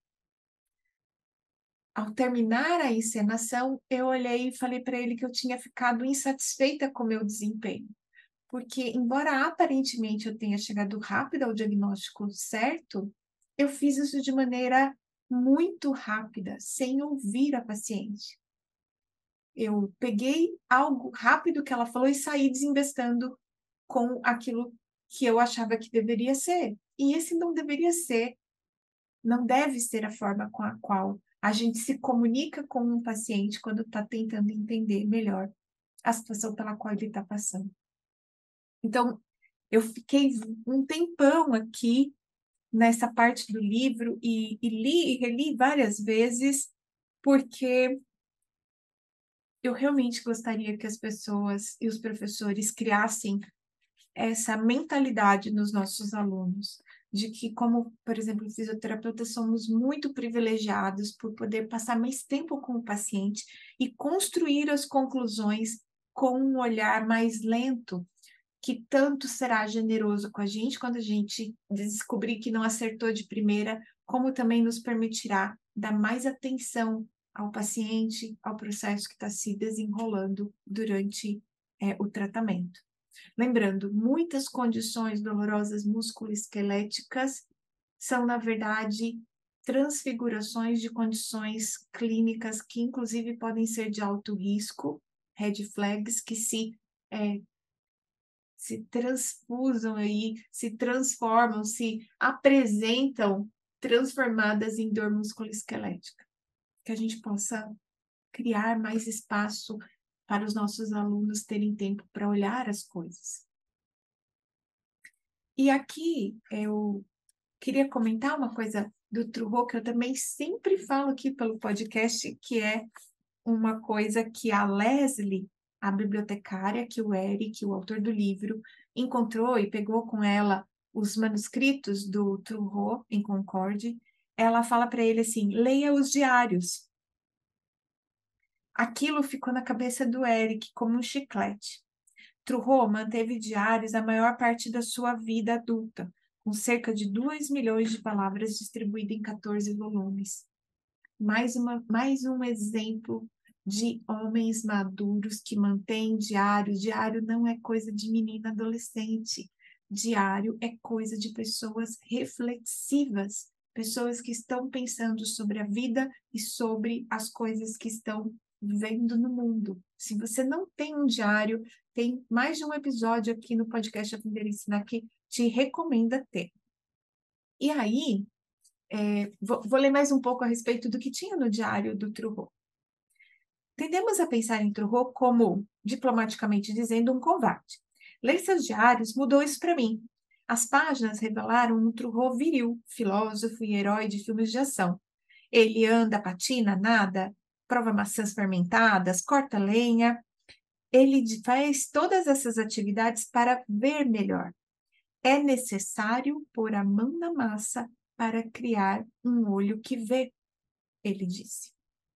ao terminar a encenação, eu olhei e falei para ele que eu tinha ficado insatisfeita com o meu desempenho. Porque, embora aparentemente eu tenha chegado rápido ao diagnóstico certo, eu fiz isso de maneira muito rápida, sem ouvir a paciente. Eu peguei algo rápido que ela falou e saí desinvestando com aquilo que eu achava que deveria ser. E esse não deveria ser, não deve ser a forma com a qual a gente se comunica com um paciente quando está tentando entender melhor a situação pela qual ele está passando. Então, eu fiquei um tempão aqui nessa parte do livro e, e li e reli várias vezes, porque eu realmente gostaria que as pessoas e os professores criassem essa mentalidade nos nossos alunos, de que, como, por exemplo, fisioterapeutas, somos muito privilegiados por poder passar mais tempo com o paciente e construir as conclusões com um olhar mais lento, que tanto será generoso com a gente quando a gente descobrir que não acertou de primeira, como também nos permitirá dar mais atenção ao paciente, ao processo que está se desenrolando durante é, o tratamento. Lembrando, muitas condições dolorosas musculoesqueléticas são, na verdade, transfigurações de condições clínicas que, inclusive, podem ser de alto risco, red flags, que se, é, se transfusam aí, se transformam, se apresentam transformadas em dor musculoesquelética. Que a gente possa criar mais espaço para os nossos alunos terem tempo para olhar as coisas. E aqui eu queria comentar uma coisa do True, que eu também sempre falo aqui pelo podcast, que é uma coisa que a Leslie, a bibliotecária, que o Eric, o autor do livro, encontrou e pegou com ela os manuscritos do True em Concorde. Ela fala para ele assim: leia os diários. Aquilo ficou na cabeça do Eric como um chiclete. True manteve diários a maior parte da sua vida adulta, com cerca de dois milhões de palavras distribuídas em quatorze volumes. Mais, uma, mais um exemplo de homens maduros que mantêm diário. Diário não é coisa de menina adolescente. Diário é coisa de pessoas reflexivas, pessoas que estão pensando sobre a vida e sobre as coisas que estão vivendo no mundo. Se você não tem um diário, tem mais de um episódio aqui no podcast Aprender a Ensinar que te recomenda ter. E aí, é, vou, vou ler mais um pouco a respeito do que tinha no diário do Trujillo. Tendemos a pensar em Trujillo como, diplomaticamente dizendo, um covarde. Ler seus diários mudou isso para mim. As páginas revelaram um Trujillo viril, filósofo e herói de filmes de ação. Ele anda, patina, nada, prova maçãs fermentadas, corta lenha. Ele faz todas essas atividades para ver melhor. É necessário pôr a mão na massa para criar um olho que vê, ele disse.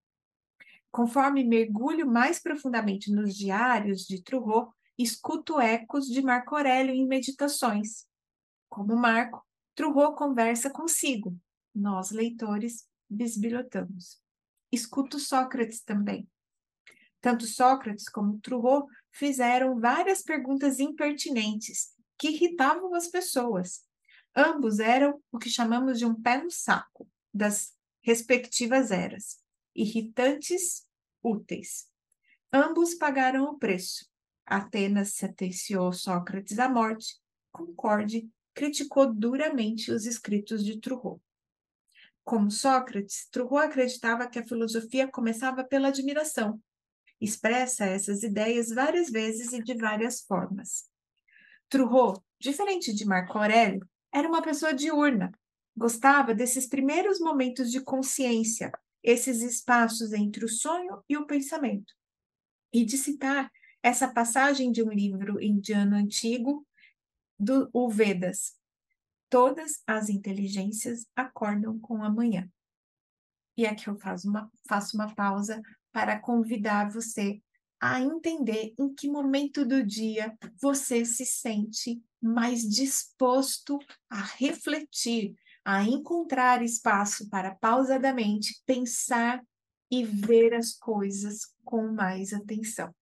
Conforme mergulho mais profundamente nos diários de Trujillo, escuto ecos de Marco Aurélio em Meditações. Como Marco, Trujillo conversa consigo. Nós, leitores, bisbilhotamos. Escuto Sócrates também. Tanto Sócrates como Trujillo fizeram várias perguntas impertinentes que irritavam as pessoas. Ambos eram o que chamamos de um pé no saco das respectivas eras. Irritantes, úteis. Ambos pagaram o preço. Atenas sentenciou Sócrates à morte. Concorde criticou duramente os escritos de Trujillo. Como Sócrates, Trujillo acreditava que a filosofia começava pela admiração. Expressa essas ideias várias vezes e de várias formas. Trujillo, diferente de Marco Aurélio, era uma pessoa diurna. Gostava desses primeiros momentos de consciência, esses espaços entre o sonho e o pensamento. E de citar essa passagem de um livro indiano antigo, do o Vedas. Todas as inteligências acordam com a manhã. E aqui eu faço uma, faço uma pausa para convidar você a entender em que momento do dia você se sente mais disposto a refletir, a encontrar espaço para pausadamente pensar e ver as coisas com mais atenção.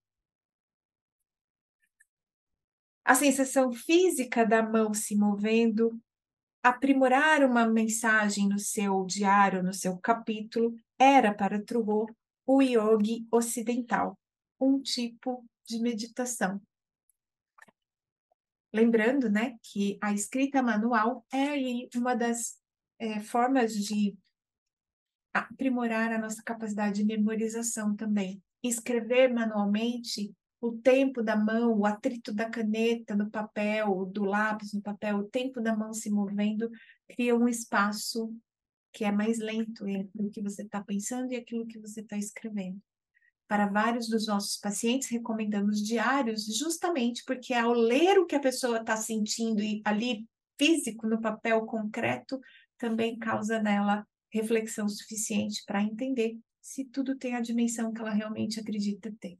A sensação física da mão se movendo, aprimorar uma mensagem no seu diário, no seu capítulo, era para Trujillo o yoga ocidental, um tipo de meditação. Lembrando, né, que a escrita manual é aí uma das é, formas de aprimorar a nossa capacidade de memorização também. Escrever manualmente, o tempo da mão, o atrito da caneta no papel, do lápis no papel, o tempo da mão se movendo, cria um espaço que é mais lento entre o que você está pensando e aquilo que você está escrevendo. Para vários dos nossos pacientes, recomendamos diários, justamente porque ao ler o que a pessoa está sentindo e ali físico, no papel concreto, também causa nela reflexão suficiente para entender se tudo tem a dimensão que ela realmente acredita ter.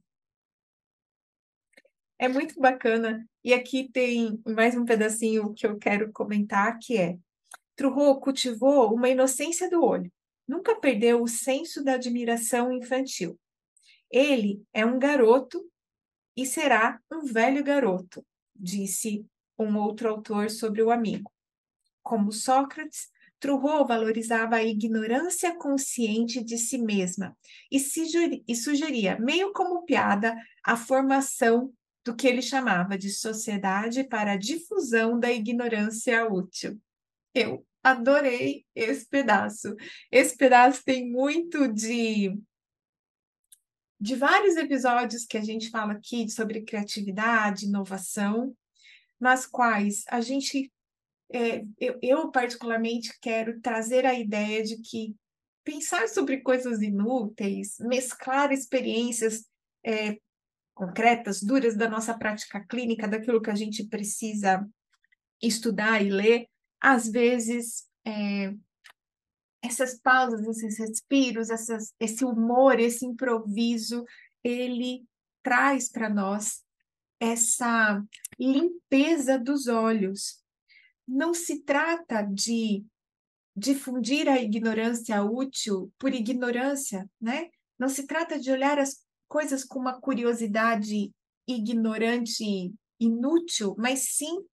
É muito bacana. E aqui tem mais um pedacinho que eu quero comentar, que é: Trujillo cultivou uma inocência do olho. Nunca perdeu o senso da admiração infantil. Ele é um garoto e será um velho garoto, disse um outro autor sobre o amigo. Como Sócrates, Trujillo valorizava a ignorância consciente de si mesma e, e sugeria, meio como piada, a formação do que ele chamava de Sociedade para a Difusão da Ignorância Útil. Eu adorei esse pedaço. Esse pedaço tem muito de, de vários episódios que a gente fala aqui sobre criatividade, inovação, nas quais a gente É, eu, eu, particularmente, quero trazer a ideia de que pensar sobre coisas inúteis, mesclar experiências é, concretas, duras da nossa prática clínica, daquilo que a gente precisa estudar e ler, às vezes, é, essas pausas, esses respiros, essas, esse humor, esse improviso, ele traz para nós essa limpeza dos olhos. Não se trata de difundir a ignorância útil por ignorância, né? Não se trata de olhar as coisas com uma curiosidade ignorante, inútil, mas sim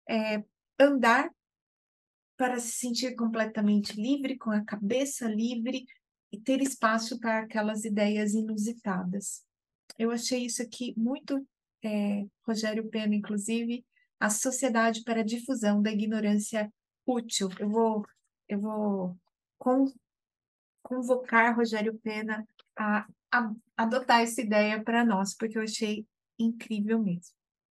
é, andar para se sentir completamente livre, com a cabeça livre e ter espaço para aquelas ideias inusitadas. Eu achei isso aqui muito, é, Rogério Pena, inclusive, a Sociedade para a Difusão da Ignorância Útil. Eu vou, eu vou con- convocar Rogério Pena a, a adotar essa ideia para nós, porque eu achei incrível mesmo.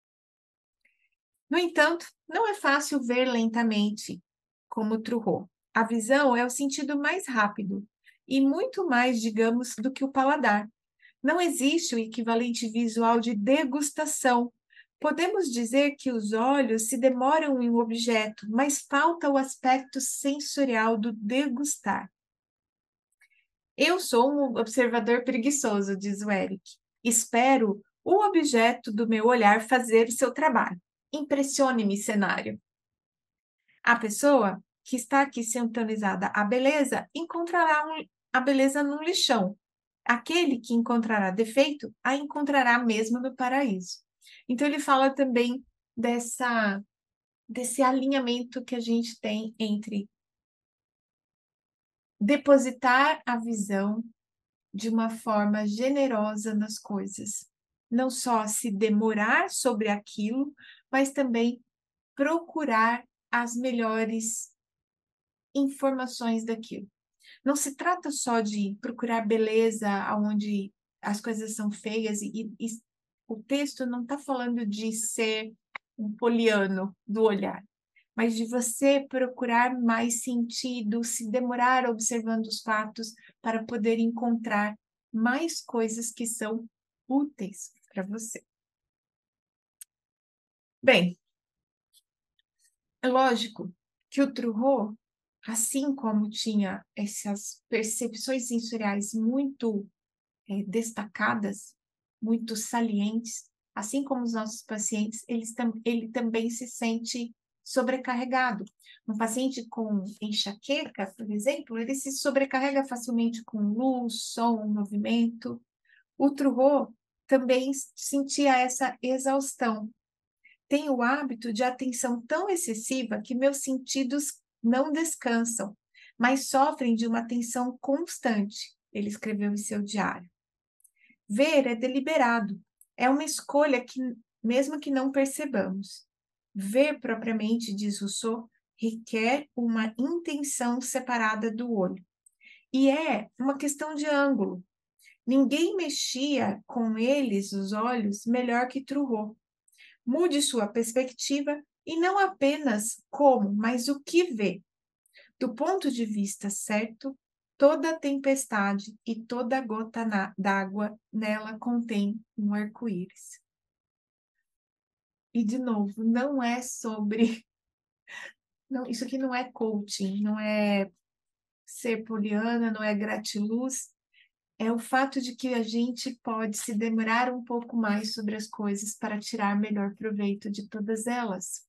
No entanto, não é fácil ver lentamente, como Truffaut. A visão é o sentido mais rápido e muito mais, digamos, do que o paladar. Não existe o equivalente visual de degustação. Podemos dizer que os olhos se demoram em um objeto, mas falta o aspecto sensorial do degustar. Eu sou um observador preguiçoso, diz o Eric. Espero o objeto do meu olhar fazer o seu trabalho. Impressione-me, cenário. A pessoa que está aqui sintonizada à beleza encontrará um- a beleza no lixão. Aquele que encontrará defeito, a encontrará mesmo no paraíso. Então, ele fala também dessa, desse alinhamento que a gente tem entre depositar a visão de uma forma generosa nas coisas. Não só se demorar sobre aquilo, mas também procurar as melhores informações daquilo. Não se trata só de procurar beleza onde as coisas são feias e, e o texto não está falando de ser um poliano do olhar, mas de você procurar mais sentido, se demorar observando os fatos para poder encontrar mais coisas que são úteis para você. Bem, é lógico que o Truffaut, assim como tinha essas percepções sensoriais muito é, destacadas, muito salientes, assim como os nossos pacientes, eles tam ele também se sente sobrecarregado. Um paciente com enxaqueca, por exemplo, ele se sobrecarrega facilmente com luz, som, movimento. O Truffaut também sentia essa exaustão. Tenho o hábito de atenção tão excessiva que meus sentidos não descansam, mas sofrem de uma atenção constante, ele escreveu em seu diário. Ver é deliberado, é uma escolha que, mesmo que não percebamos. Ver propriamente, diz Rousseau, requer uma intenção separada do olho. E é uma questão de ângulo. Ninguém mexia com eles, os olhos, melhor que Truffaut. Mude sua perspectiva e não apenas como, mas o que vê. Do ponto de vista certo, toda tempestade e toda gota d'água nela contém um arco-íris. E, de novo, não é sobre. Não, isso aqui não é coaching, não é ser poliana, não é gratiluz. É o fato de que a gente pode se demorar um pouco mais sobre as coisas para tirar melhor proveito de todas elas.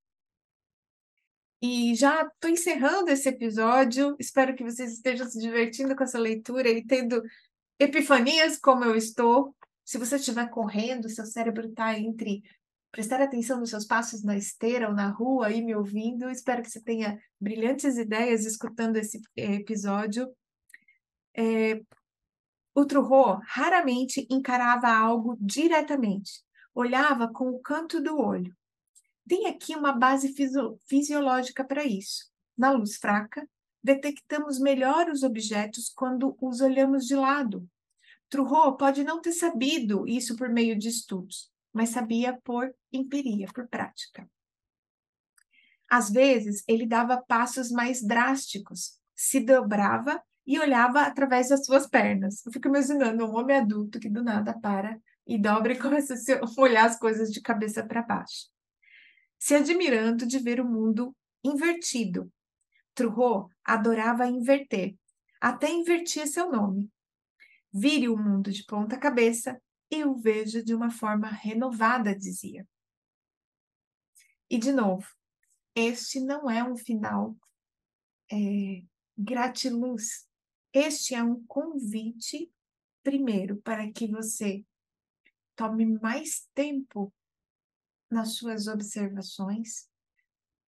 E já estou encerrando esse episódio. Espero que vocês estejam se divertindo com essa leitura e tendo epifanias como eu estou. Se você estiver correndo, seu cérebro está entre prestar atenção nos seus passos na esteira ou na rua e me ouvindo. Espero que você tenha brilhantes ideias escutando esse eh, episódio. É, o Truffaut raramente encarava algo diretamente. Olhava com o canto do olho. Tem aqui uma base fisio fisiológica para isso. Na luz fraca, detectamos melhor os objetos quando os olhamos de lado. Truffaut pode não ter sabido isso por meio de estudos, mas sabia por empiria, por prática. Às vezes, ele dava passos mais drásticos, se dobrava e olhava através das suas pernas. Eu fico imaginando um homem adulto que do nada para e dobra e começa a olhar as coisas de cabeça para baixo, se admirando de ver o mundo invertido. Truffaut adorava inverter, até invertia seu nome. Vire o mundo de ponta cabeça e o veja de uma forma renovada, dizia. E, de novo, este não é um final é, gratiluz. Este é um convite, primeiro, para que você tome mais tempo nas suas observações,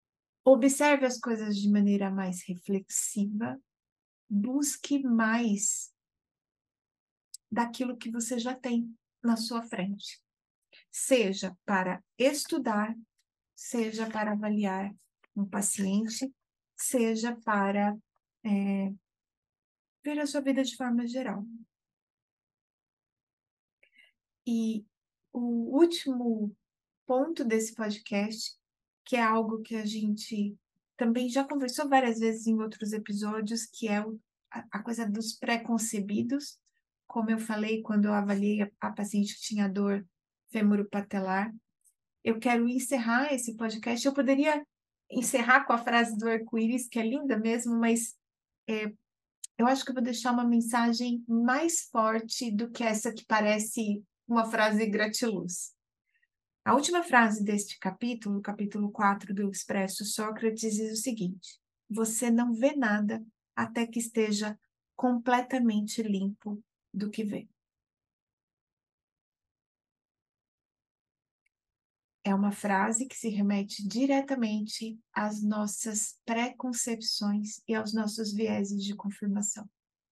Observe as coisas de maneira mais reflexiva, busque mais daquilo que você já tem na sua frente, seja para estudar, seja para avaliar um paciente, seja para é, ver a sua vida de forma geral. E o último ponto desse podcast, que é algo que a gente também já conversou várias vezes em outros episódios, que é o, a, a coisa dos pré-concebidos. Como eu falei quando eu avaliei a, a paciente que tinha dor femoropatelar, eu quero encerrar esse podcast. Eu poderia encerrar com a frase do arco-íris, que é linda mesmo, mas é, eu acho que eu vou deixar uma mensagem mais forte do que essa que parece uma frase gratiluz. A última frase deste capítulo, capítulo quatro do Expresso Sócrates, diz o seguinte: você não vê nada até que esteja completamente limpo do que vê. É uma frase que se remete diretamente às nossas preconcepções e aos nossos vieses de confirmação.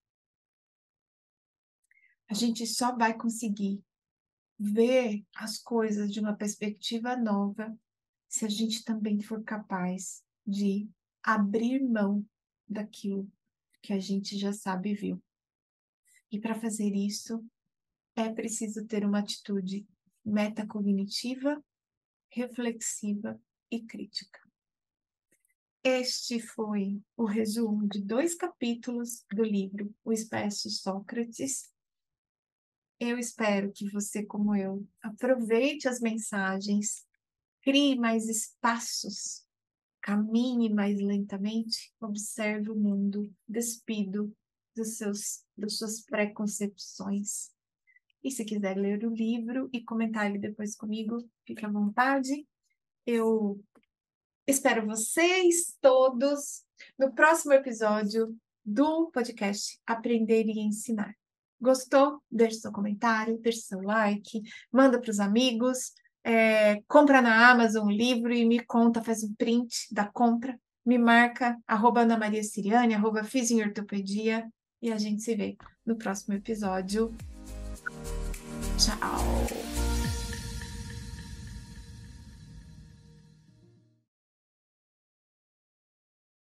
A gente só vai conseguir ver as coisas de uma perspectiva nova se a gente também for capaz de abrir mão daquilo que a gente já sabe e viu. E para fazer isso, é preciso ter uma atitude metacognitiva, reflexiva e crítica. Este foi o resumo de dois capítulos do livro O Expresso Sócrates. Eu espero que você, como eu, aproveite as mensagens, crie mais espaços, caminhe mais lentamente, observe o mundo, despido dos seus, das suas preconcepções. E se quiser ler o livro e comentar ele depois comigo, fique à vontade. Eu espero vocês todos no próximo episódio do podcast Aprender e Ensinar. Gostou? Deixe seu comentário, deixe seu like, manda para os amigos, é, compra na Amazon um livro e me conta, faz um print da compra, me marca, arroba Ana Maria Siriane, arroba Fiz em Ortopedia, e a gente se vê no próximo episódio. Tchau!